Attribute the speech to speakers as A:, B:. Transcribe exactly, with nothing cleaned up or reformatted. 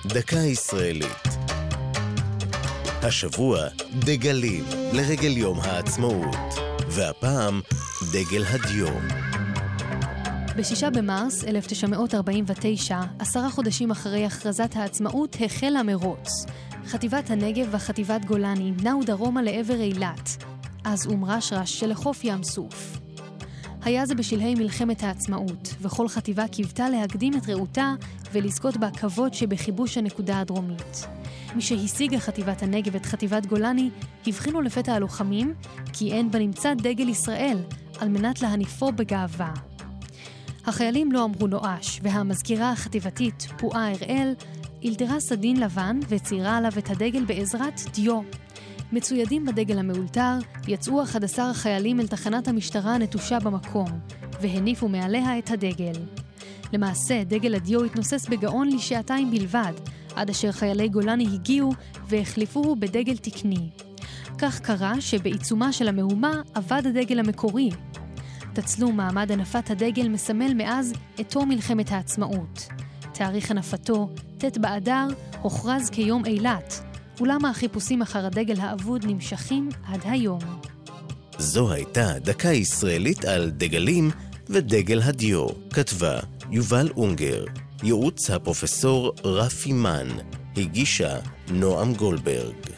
A: דקה ישראלית. השבוע דגלים לרגל יום העצמאות, והפעם דגל הדיו.
B: בשישה במרס אלף תשע מאות ארבעים ותשע, עשרה חודשים אחרי הכרזת העצמאות, החל המרוץ. חטיבת הנגב וחטיבת גולני נעו דרומה לעבר אילת, אז אום רשרש שלחוף ים סוף. היה זה בשלהי מלחמת העצמאות, וכל חטיבה קיוותה להקדים את רעותה ולזכות בכבוד שבכיבוש הנקודה הדרומית. מי שהשיגה חטיבת הנגב את חטיבת גולני, הבחינו לפתע הלוחמים כי אין בנמצא דגל ישראל על מנת להניפו בגאווה. החיילים לא אמרו נואש, והמזכירה החטיבתית, פועה הראל, אלתרה סדין לבן וציירה עליו את הדגל בעזרת דיו. מצוידים בדגל המאולתר, יצאו אחד עשר החיילים אל תחנת המשטרה הנטושה במקום, והניפו מעליה את הדגל. למעשה, דגל הדיו התנוסס בגאון לשעתיים בלבד, עד אשר חיילי גולני הגיעו והחליפוהו בדגל תקני. כך קרה שבעיצומה של המהומה עבד הדגל המקורי. תצלום מעמד הנפת הדגל מסמל מאז את תום מלחמת העצמאות. תאריך הנפתו, ט' באדר, הוכרז כיום אילת, אולם החיפושים אחר הדגל האבוד נמשכים עד היום.
A: זו הייתה דקה ישראלית על דגלים ודגל הדיו. כתבה יובל אונגר, ייעוץ הפרופסור רפי מן, הגישה נועם גולדברג.